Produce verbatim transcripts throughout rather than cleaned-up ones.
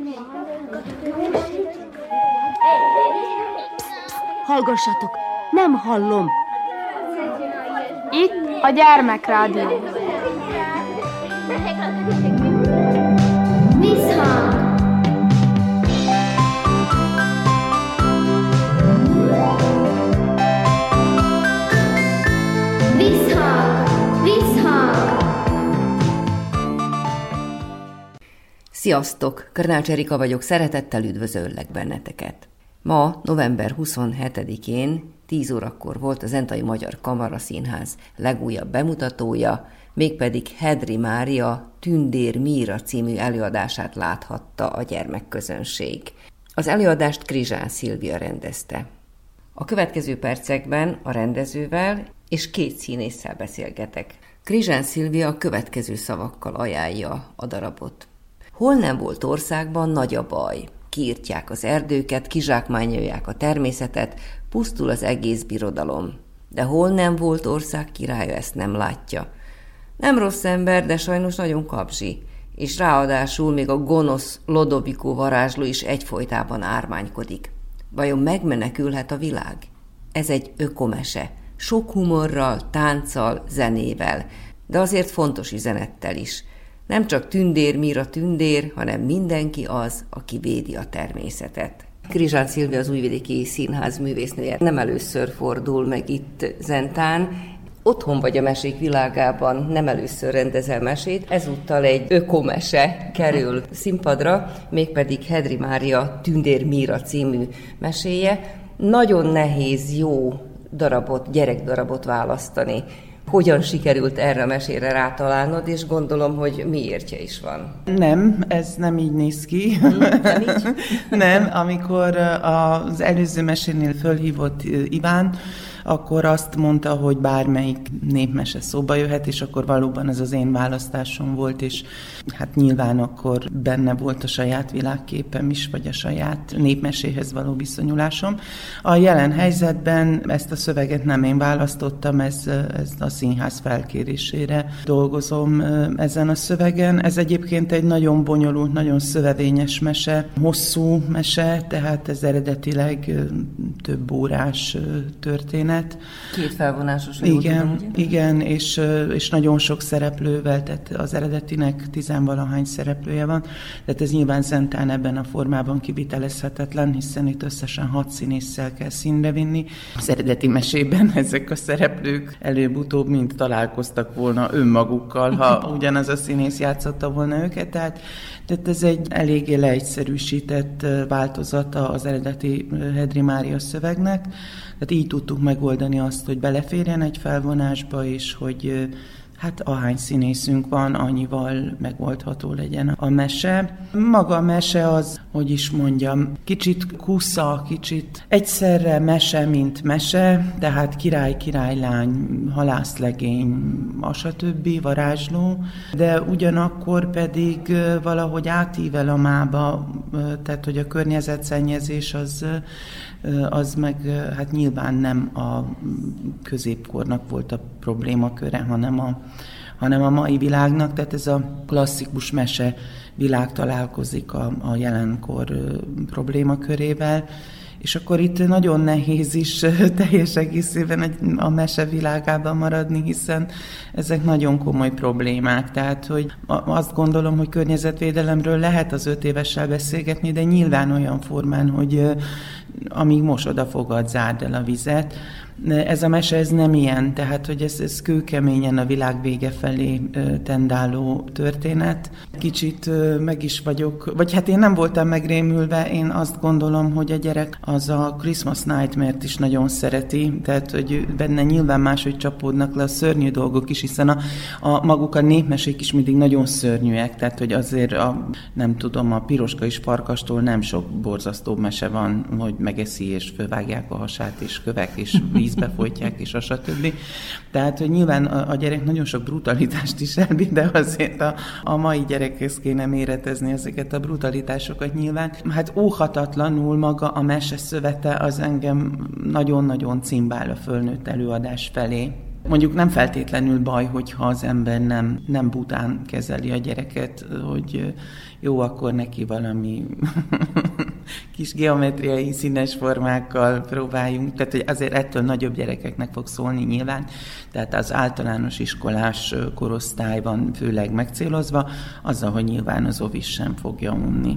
Hallgassatok, nem hallom. Itt a Gyermekrádió. Visszhang. Visszhang. Visszhang. Sziasztok! Körnács Erika vagyok, szeretettel üdvözöllek benneteket. Ma, november huszonhetedikén, tíz órakor volt a Zentai Magyar Kamaraszínház legújabb bemutatója, mégpedig Hedry Mária Tündér Míra című előadását láthatta a gyermekközönség. Az előadást Krizsán Szilvia rendezte. A következő percekben a rendezővel és két színésszel beszélgetek. Krizsán Szilvia a következő szavakkal ajánlja a darabot. Hol nem volt országban, nagy a baj. Kiirtják az erdőket, kizsákmányolják a természetet, pusztul az egész birodalom. De hol nem volt ország királya, ezt nem látja. Nem rossz ember, de sajnos nagyon kapzsi, és ráadásul még a gonosz Lodovikó varázsló is egyfolytában ármánykodik. Vajon megmenekülhet a világ? Ez egy ökomese, sok humorral, tánccal, zenével, de azért fontos üzenettel is. Nem csak Tündér Míra tündér, hanem mindenki az, aki védi a természetet. Krizsán Szilvia, az Újvidéki Színház művésznője nem először fordul meg itt Zentán. Otthon vagy a mesék világában, nem először rendezel mesét. Ezúttal egy ökomese kerül színpadra, mégpedig Hedry Mária Tündér Míra című meséje. Nagyon nehéz jó darabot, gyerekdarabot választani. Hogyan sikerült erre a mesére rátalálnod, és gondolom, hogy miértje is van. Nem, ez nem így néz ki. Hmm, nem így? Nem, amikor az előző mesénél fölhívott Iván, akkor azt mondta, hogy bármelyik népmese szóba jöhet, és akkor valóban ez az én választásom volt, és hát nyilván akkor benne volt a saját világképem is, vagy a saját népmeséhez való viszonyulásom. A jelen helyzetben ezt a szöveget nem én választottam, ez, ez a színház felkérésére dolgozom ezen a szövegen. Ez egyébként egy nagyon bonyolult, nagyon szövevényes mese, hosszú mese, tehát ez eredetileg több órás történet. Két felvonásos. Igen, tudom, igen, és, és nagyon sok szereplővel, tehát az eredetinek tizenvalahány szereplője van, tehát ez nyilván Zentán ebben a formában kivitelezhetetlen, hiszen itt összesen hat színésszel kell színre vinni. Az eredeti mesében ezek a szereplők előbb-utóbb mind találkoztak volna önmagukkal, ha ugyanaz a színész játszotta volna őket, tehát, tehát ez egy eléggé leegyszerűsített változata az eredeti Hedry Mária szövegnek. Tehát így tudtuk megoldani azt, hogy beleférjen egy felvonásba, és hogy hát ahány színészünk van, annyival megoldható legyen a mese. Maga a mese az, hogy is mondjam, kicsit kusza, kicsit egyszerre mese, mint mese, tehát király, királylány, halászlegény, a stb. Varázsló, de ugyanakkor pedig valahogy átível a mába, tehát hogy a környezetszennyezés az az meg hát nyilván nem a középkornak volt a problémaköre, hanem a, hanem a mai világnak, tehát ez a klasszikus mese világ találkozik a, a jelenkor problémakörével, és akkor itt nagyon nehéz is teljes egészében a mese világában maradni, hiszen ezek nagyon komoly problémák. Tehát, hogy azt gondolom, hogy környezetvédelemről lehet az öt évessel beszélgetni, de nyilván olyan formán, hogy amíg mosod, fogad, zárd el a vizet. Ez a mese ez nem ilyen, tehát hogy ez, ez kőkeményen a világ vége felé tendáló történet. Kicsit meg is vagyok, vagy hát én nem voltam megrémülve, én azt gondolom, hogy a gyerek az a Christmas Nightmare-t is nagyon szereti, tehát hogy benne nyilván máshogy csapódnak le a szörnyű dolgok is, hiszen a, a maguk a népmesék is mindig nagyon szörnyűek, tehát hogy azért a, nem tudom, a Piroska és Farkastól nem sok borzasztó mese van, hogy megeszi és fölvágják a hasát, és kövek, és vízbe folytják, és a stb. Tehát, hogy nyilván a, a gyerek nagyon sok brutalitást is elbír, de azért a, a mai gyerekhez kéne méretezni ezeket a brutalitásokat nyilván. Hát óhatatlanul maga a mese szövete az engem nagyon-nagyon cimbál a fölnőtt előadás felé. Mondjuk nem feltétlenül baj, hogyha az ember nem, nem bután kezeli a gyereket, hogy jó, akkor neki valami kis geometriai színes formákkal próbáljunk. Tehát hogy azért ettől nagyobb gyerekeknek fog szólni nyilván, tehát az általános iskolás korosztály van főleg megcélozva, azzal, hogy nyilván az ovis sem fogja unni.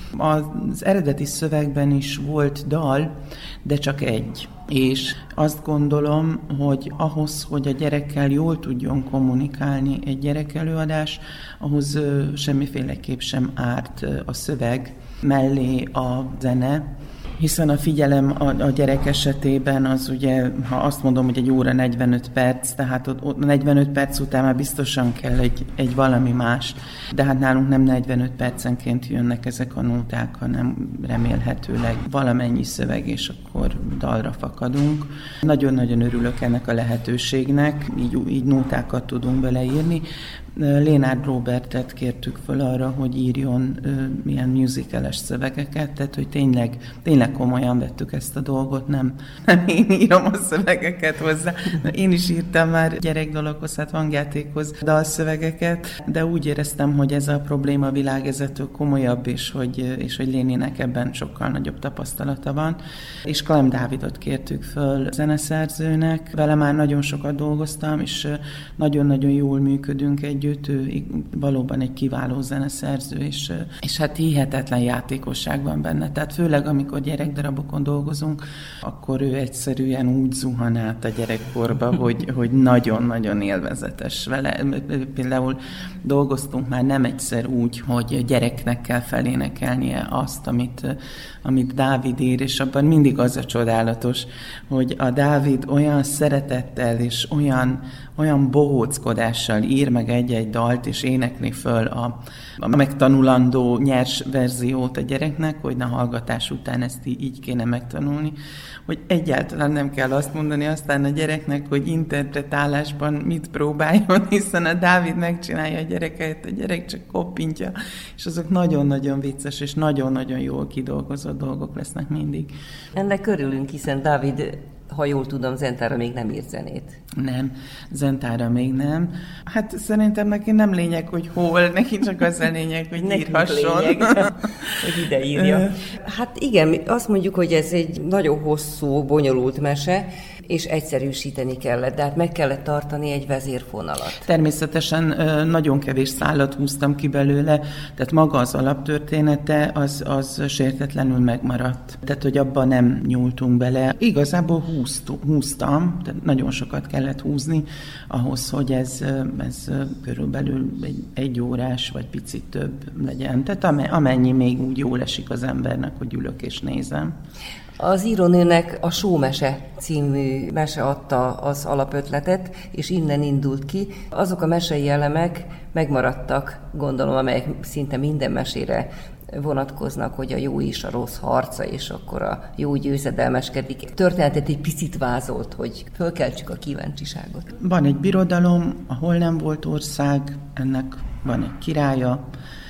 Az eredeti szövegben is volt dal, de csak egy. És azt gondolom, hogy ahhoz, hogy a gyerekkel jól tudjon kommunikálni egy gyerekelőadás, ahhoz semmiféleképp sem árt a szöveg mellé a zene, hiszen a figyelem a, a gyerek esetében az ugye, ha azt mondom, hogy egy óra negyvenöt perc, tehát ott, ott negyvenöt perc után már biztosan kell egy, egy valami más, de hát nálunk nem negyvenöt percenként jönnek ezek a nóták, hanem remélhetőleg valamennyi szöveg, és akkor dalra fakadunk. Nagyon-nagyon örülök ennek a lehetőségnek, így, így nótákat tudunk beleírni. Lénárd Róbertet kértük föl arra, hogy írjon ö, ilyen musical-es szövegeket, tehát hogy tényleg, tényleg komolyan vettük ezt a dolgot, nem, nem én írom a szövegeket hozzá. Én is írtam már gyerekdalokhoz, hát hangjátékhoz dalszövegeket, de úgy éreztem, hogy ez a probléma világezetől komolyabb, és hogy, és hogy Léninek ebben sokkal nagyobb tapasztalata van. És Klem Dávidot kértük föl zeneszerzőnek, vele már nagyon sokat dolgoztam, és nagyon-nagyon jól működünk együtt. Ő valóban egy kiváló zeneszerző, és, és hát hihetetlen játékosság van benne. Tehát főleg, amikor gyerekdarabokon dolgozunk, akkor ő egyszerűen úgy zuhan át a gyerekkorba, hogy, hogy nagyon-nagyon élvezetes vele. Például dolgoztunk már nem egyszer úgy, hogy gyereknek kell felénekelnie azt, amit, amit Dávid ír, és abban mindig az a csodálatos, hogy a Dávid olyan szeretettel és olyan, olyan bohóckodással ír meg egy-egy dalt, és énekli föl a, a megtanulandó nyers verziót a gyereknek, hogy na hallgatás után ezt így, így kéne megtanulni, hogy egyáltalán nem kell azt mondani aztán a gyereknek, hogy interpretálásban mit próbáljon, hiszen a Dávid megcsinálja a gyereket, a gyerek csak koppintja, és azok nagyon-nagyon vicces, és nagyon-nagyon jól kidolgozott dolgok lesznek mindig. Ennek örülünk, hiszen Dávid, ha jól tudom, zentára még nem írt zenét. Nem, zentára még nem. Hát szerintem neki nem lényeg, hogy hol, neki csak az a lényeg, hogy neki írhasson. Lényeg, hogy ide írja. Hát igen, azt mondjuk, hogy ez egy nagyon hosszú, bonyolult mese, és egyszerűsíteni kellett, de hát meg kellett tartani egy vezérfonalat. Természetesen nagyon kevés szálat húztam ki belőle, tehát maga az alaptörténete az, az sértetlenül megmaradt. Tehát, hogy abban nem nyúltunk bele. Igazából húztu, húztam, tehát nagyon sokat kellett húzni ahhoz, hogy ez, ez körülbelül egy, egy órás, vagy picit több legyen. Tehát amennyi még úgy jól esik az embernek, hogy ülök és nézem. Az írónőnek a Sómese című mese adta az alapötletet, és innen indult ki. Azok a mesei elemek megmaradtak, gondolom, amelyek szinte minden mesére vonatkoznak, hogy a jó és a rossz harca, és akkor a jó győzedelmeskedik. Történetet egy picit vázolt, hogy fölkeltsük a kíváncsiságot. Van egy birodalom, ahol nem volt ország, ennek van egy királya,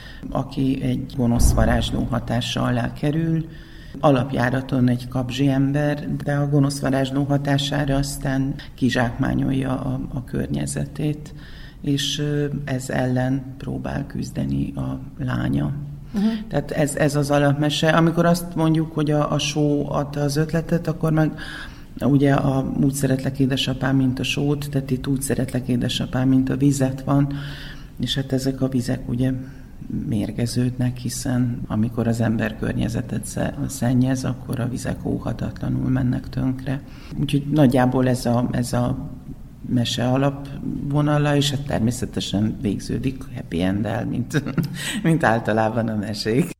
aki egy gonosz varázsló hatása alá kerül, alapjáraton egy kapzsi ember, de a gonosz varázsló hatására aztán kizsákmányolja a, a környezetét, és ez ellen próbál küzdeni a lánya. Uh-huh. Tehát ez, ez az alapmese. Amikor azt mondjuk, hogy a, a só adta az ötletet, akkor meg ugye a úgy szeretlek édesapám, mint a sót, tehát itt úgy szeretlek édesapám, mint a vizet van, és hát ezek a vizek ugye mérgeződnek, hiszen amikor az ember környezetet szennyez, akkor a vizek óhatatlanul mennek tönkre. Úgyhogy nagyjából ez a, ez a mese alapvonala, és hát természetesen végződik happy end-el, mint, mint általában a mesék.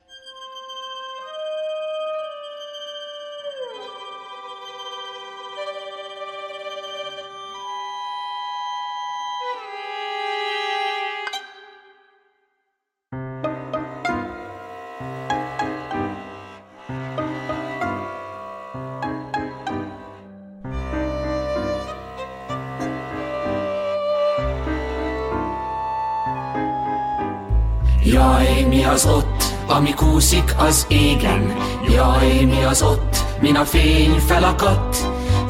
Jaj, mi az ott, ami kúszik az égen? Jaj, mi az ott, min a fény felakadt?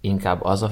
inkább az a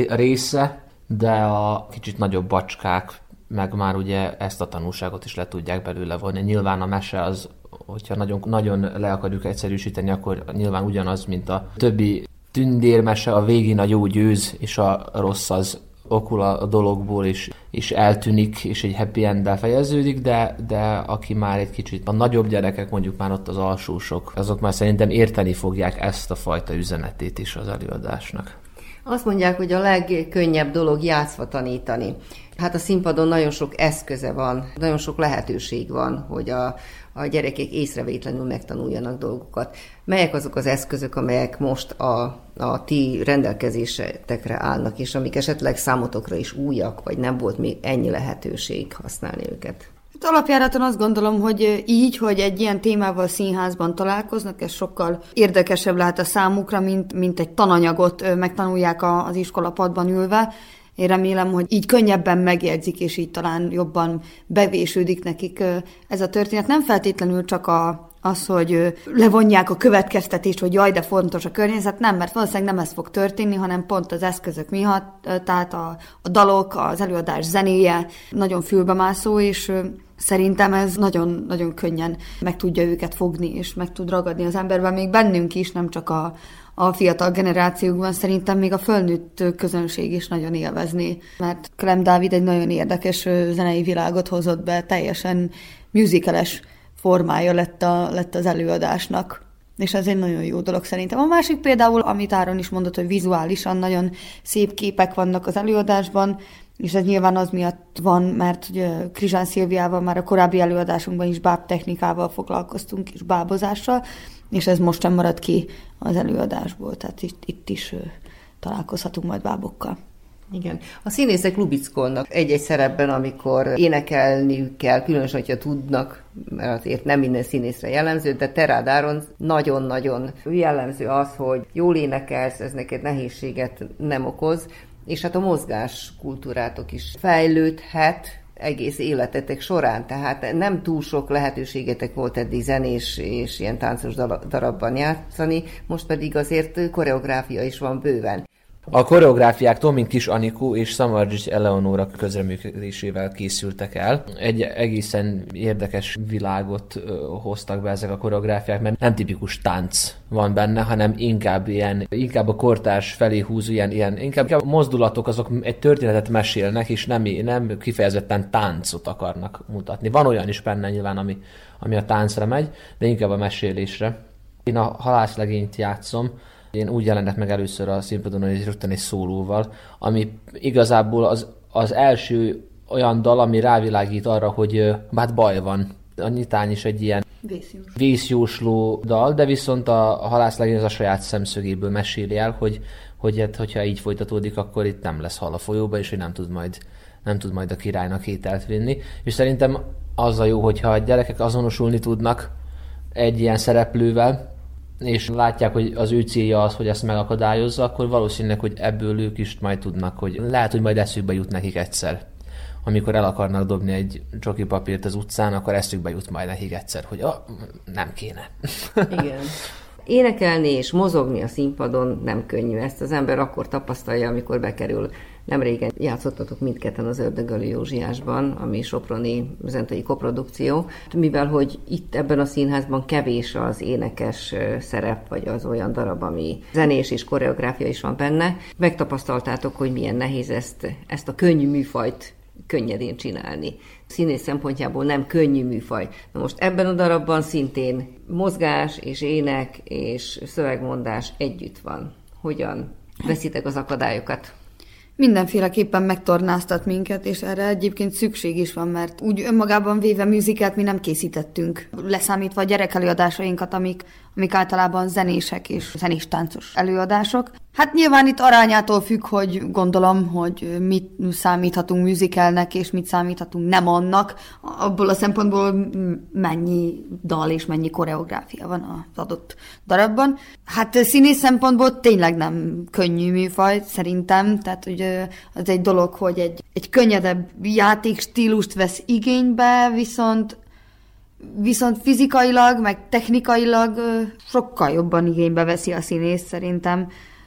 része, de a kicsit nagyobb bacskák meg már ugye ezt a tanulságot is le tudják belőle vonni. Nyilván a mese az, hogyha nagyon, nagyon le akarjuk egyszerűsíteni, akkor nyilván ugyanaz, mint a többi tündérmese, a végén a jó győz, és a rossz az okul a dologból, és, és eltűnik, és egy happy enddel fejeződik, de, de aki már egy kicsit, a nagyobb gyerekek, mondjuk már ott az alsósok, azok már szerintem érteni fogják ezt a fajta üzenetét is az előadásnak. Azt mondják, hogy a legkönnyebb dolog játszva tanítani. Hát a színpadon nagyon sok eszköze van, nagyon sok lehetőség van, hogy a, a gyerekek észrevétlenül megtanuljanak dolgokat. Melyek azok az eszközök, amelyek most a, a ti rendelkezésetekre állnak, és amik esetleg számotokra is újak, vagy nem volt még ennyi lehetőség használni őket? Hát alapjáraton azt gondolom, hogy így, hogy egy ilyen témával színházban találkoznak, ez sokkal érdekesebb lehet a számukra, mint, mint egy tananyagot megtanulják az iskolapadban ülve. Én remélem, hogy így könnyebben megjegyzik, és így talán jobban bevésődik nekik ez a történet. Nem feltétlenül csak a, az, hogy levonják a következtetést, hogy jaj, de fontos a környezet, nem, mert valószínűleg nem ez fog történni, hanem pont az eszközök miatt, tehát a, a dalok, az előadás zenéje nagyon fülbemászó, és szerintem ez nagyon, nagyon könnyen meg tudja őket fogni, és meg tud ragadni az emberben, még bennünk is, nem csak a, a fiatal generációkban, szerintem még a fölnőtt közönség is nagyon élvezni, mert Klem Dávid egy nagyon érdekes zenei világot hozott be, teljesen musicales formája lett, a, lett az előadásnak, és ez egy nagyon jó dolog szerintem. A másik például, amit Áron is mondott, hogy vizuálisan nagyon szép képek vannak az előadásban, és ez nyilván az miatt van, mert ugye Krizsán Szilviával már a korábbi előadásunkban is bábtechnikával foglalkoztunk, és bábozással, és ez most sem marad ki az előadásból, tehát itt, itt is találkozhatunk majd bábokkal. Igen. A színészek lubickolnak egy-egy szerepben, amikor énekelniük kell, különösen, hogyha tudnak, mert azért nem minden színészre jellemző, de te rád, Áron, nagyon-nagyon jellemző az, hogy jól énekelsz, ez neked nehézséget nem okoz, és hát a mozgás kultúrátok is fejlődhet egész életetek során, tehát nem túl sok lehetőségetek volt eddig zenés és ilyen táncos darabban játszani, most pedig azért koreográfia is van bőven. A koreográfiáktól, mint Kis Anikó és Szamardzsics Eleonóra közreműködésével készültek el. Egy egészen érdekes világot hoztak be ezek a koreográfiák, mert nem tipikus tánc van benne, hanem inkább ilyen, inkább a kortárs felé húzó, ilyen, ilyen inkább a mozdulatok azok egy történetet mesélnek, és nem, nem kifejezetten táncot akarnak mutatni. Van olyan is benne nyilván, ami, ami a táncra megy, de inkább a mesélésre. Én a halászlegényt játszom. Én úgy jelennek meg először a színpadon, hogy rögtön egy szólóval, ami igazából az, az első olyan dal, ami rávilágít arra, hogy hát baj van. A nyitány is egy ilyen Vészjós. vészjósló dal, de viszont a, a halászlegény az a saját szemszögéből meséli el, hogy, hogy hát, hogyha így folytatódik, akkor itt nem lesz hal a folyóba, és hogy nem tud majd, nem tud majd a királynak ételt vinni. És szerintem az a jó, hogyha a gyerekek azonosulni tudnak egy ilyen szereplővel, és látják, hogy az ő célja az, hogy ezt megakadályozza, akkor valószínűleg, hogy ebből ők is majd tudnak, hogy lehet, hogy majd eszükbe jut nekik egyszer. Amikor el akarnak dobni egy csoki papírt az utcán, akkor eszükbe jut majd nekik egyszer, hogy ah, nem kéne. Igen. Énekelni és mozogni a színpadon nem könnyű. Ezt az ember akkor tapasztalja, amikor bekerül. Nem régen játszottatok mindketten az Ördögölő Józsiásban, ami soproni zentai koprodukció, mivel hogy itt ebben a színházban kevés az énekes szerep, vagy az olyan darab, ami zenés és koreográfia is van benne. Megtapasztaltátok, hogy milyen nehéz ezt, ezt a könnyű műfajt könnyedén csinálni. Színész szempontjából nem könnyű műfaj. Na most ebben a darabban szintén mozgás és ének és szövegmondás együtt van. Hogyan veszitek az akadályokat? Mindenféleképpen megtornáztat minket, és erre egyébként szükség is van, mert úgy önmagában véve musicalt mi nem készítettünk, leszámítva a gyerekelőadásainkat, amik, amik általában zenések és zenés-táncos előadások. Hát nyilván itt arányától függ, hogy gondolom, hogy mit számíthatunk musicalnek, és mit számíthatunk nem annak, abból a szempontból mennyi dal és mennyi koreográfia van az adott darabban. Hát színész szempontból tényleg nem könnyű műfaj, szerintem, tehát hogy az egy dolog, hogy egy, egy könnyedebb játékstílust vesz igénybe, viszont Viszont fizikailag, meg technikailag sokkal jobban igénybe veszi a színész szerintem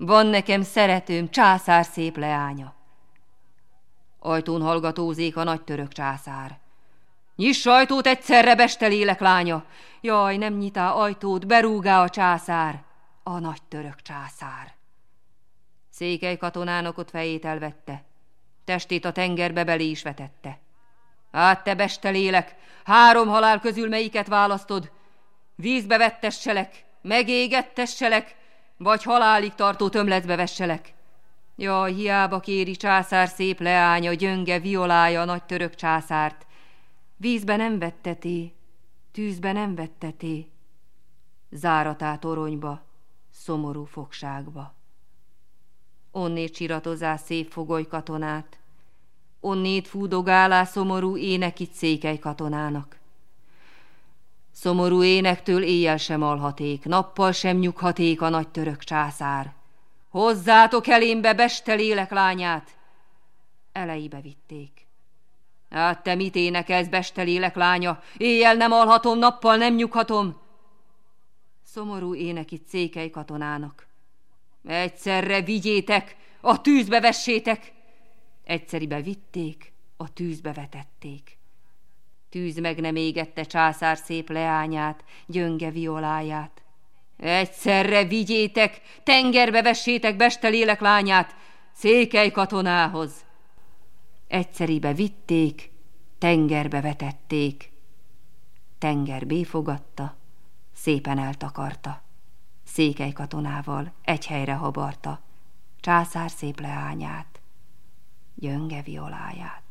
Van nekem szeretőm, császár szép leánya. Ajtón hallgatózik a nagy török császár. Nyiss ajtót egyszerre, bestelélek lánya. Jaj, nem nyitá ajtót, berúgá a császár, a nagy török császár. Székely katonának ott fejét elvette, testét a tengerbe belé is vetette. Hát te bestelélek, három halál közül melyiket választod? Vízbe vettesselek, megégettesselek, vagy halálig tartó tömletbe vesselek? Jaj, hiába kéri császár szép leánya, gyönge violája a nagy török császárt. Vízbe nem vetteti, tűzbe nem vetteti, záratá toronyba, szomorú fogságba. Onnét siratozá szép fogoly katonát, onnét fúdogálá szomorú énekit székely katonának. Szomorú énektől éjjel sem alhaték, nappal sem nyughaték a nagy török császár. Hozzátok elémbe bestelélek lányát! Elejébe vitték. Hát te mit énekelsz, bestelélek lánya? Éjjel nem alhatom, nappal nem nyughatom. Szomorú énekit székely katonának. Egyszerre vigyétek, a tűzbe vessétek! Egyszeribe vitték, a tűzbe vetették. Tűz meg nem égette császár szép leányát, gyönge violáját. Egyszerre vigyétek, tengerbe vessétek bestelélek lányát, székely katonához. Egyszeribe vitték, tengerbe vetették. Tenger béfogatta, szépen eltakarta. Székely katonával egy helyre habarta császár szép leányát, gyönge violáját.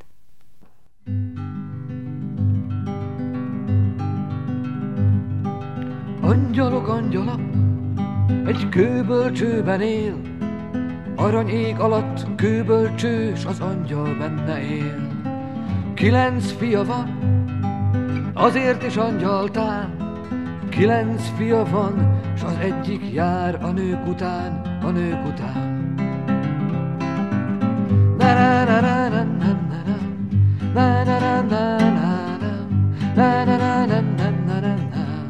Angyalok angyala egy kőbölcsőben él, arany ég alatt kőbölcső, s az angyal benne él. Kilenc fia van, azért is angyaltán, kilenc fia van, s az egyik jár a nők után, a nők után. Na na na na na na na na na na na na na na na na.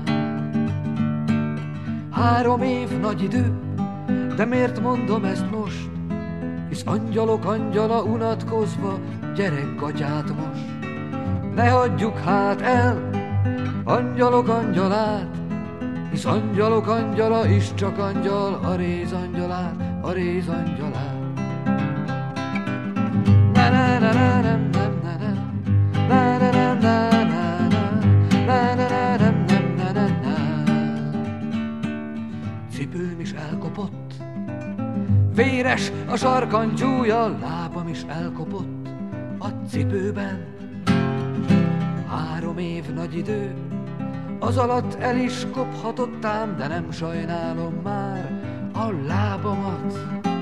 Három év nagy idő, de miért mondom ezt most? Hisz angyalok angyala unatkozva gyerekgatyát most. Ne hagyjuk hát el angyalok angyalát, hisz angyalok angyala is csak angyal, a réz angyalát, a réz angyalát. Na na na na na na na na na na na na na na. Cipőm is elkopott, véres a sarkantyúja, lábam is elkopott a cipőben. Három év nagy idő, az alatt el is kophatott ám, de nem sajnálom már a lábamat.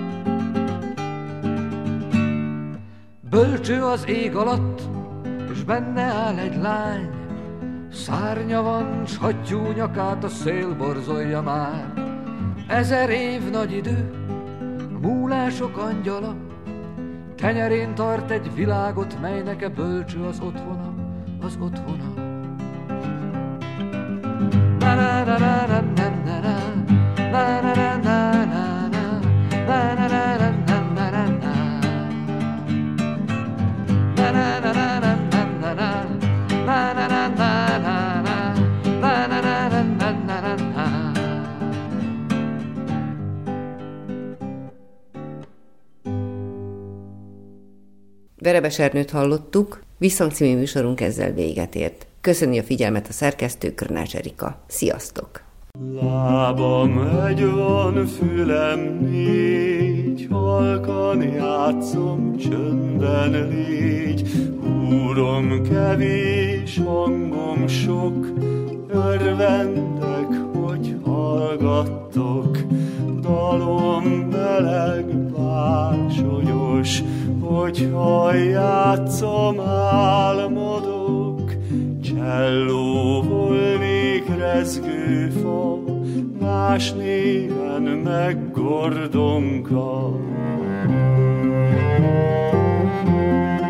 Bölcső az ég alatt, és benne áll egy lány, szárnya van, s hattyú nyakát a szél borzolja már. Ezer év nagy idő, múlások angyala, tenyerén tart egy világot, melynek e bölcső az otthona, az otthona. Na na na na na na na na na na na na na na na na na na na. Na na na na na na na na na na na na na na na. Verebes Ernőt hallottuk, Visszhang című műsorunk ezzel véget ért. Köszöni a figyelmet a szerkesztő, Körnács Erika. Sziasztok! Lábam egy van, fülem négy, halkan játszom, csöndben légy. Húrom kevés, hangom sok, örvendek, hogy hallgattok. Dalom meleg, bársonyos, hogyha játszom, álmodok. Cselló volnék rezgőfa, más néven meg gordonka.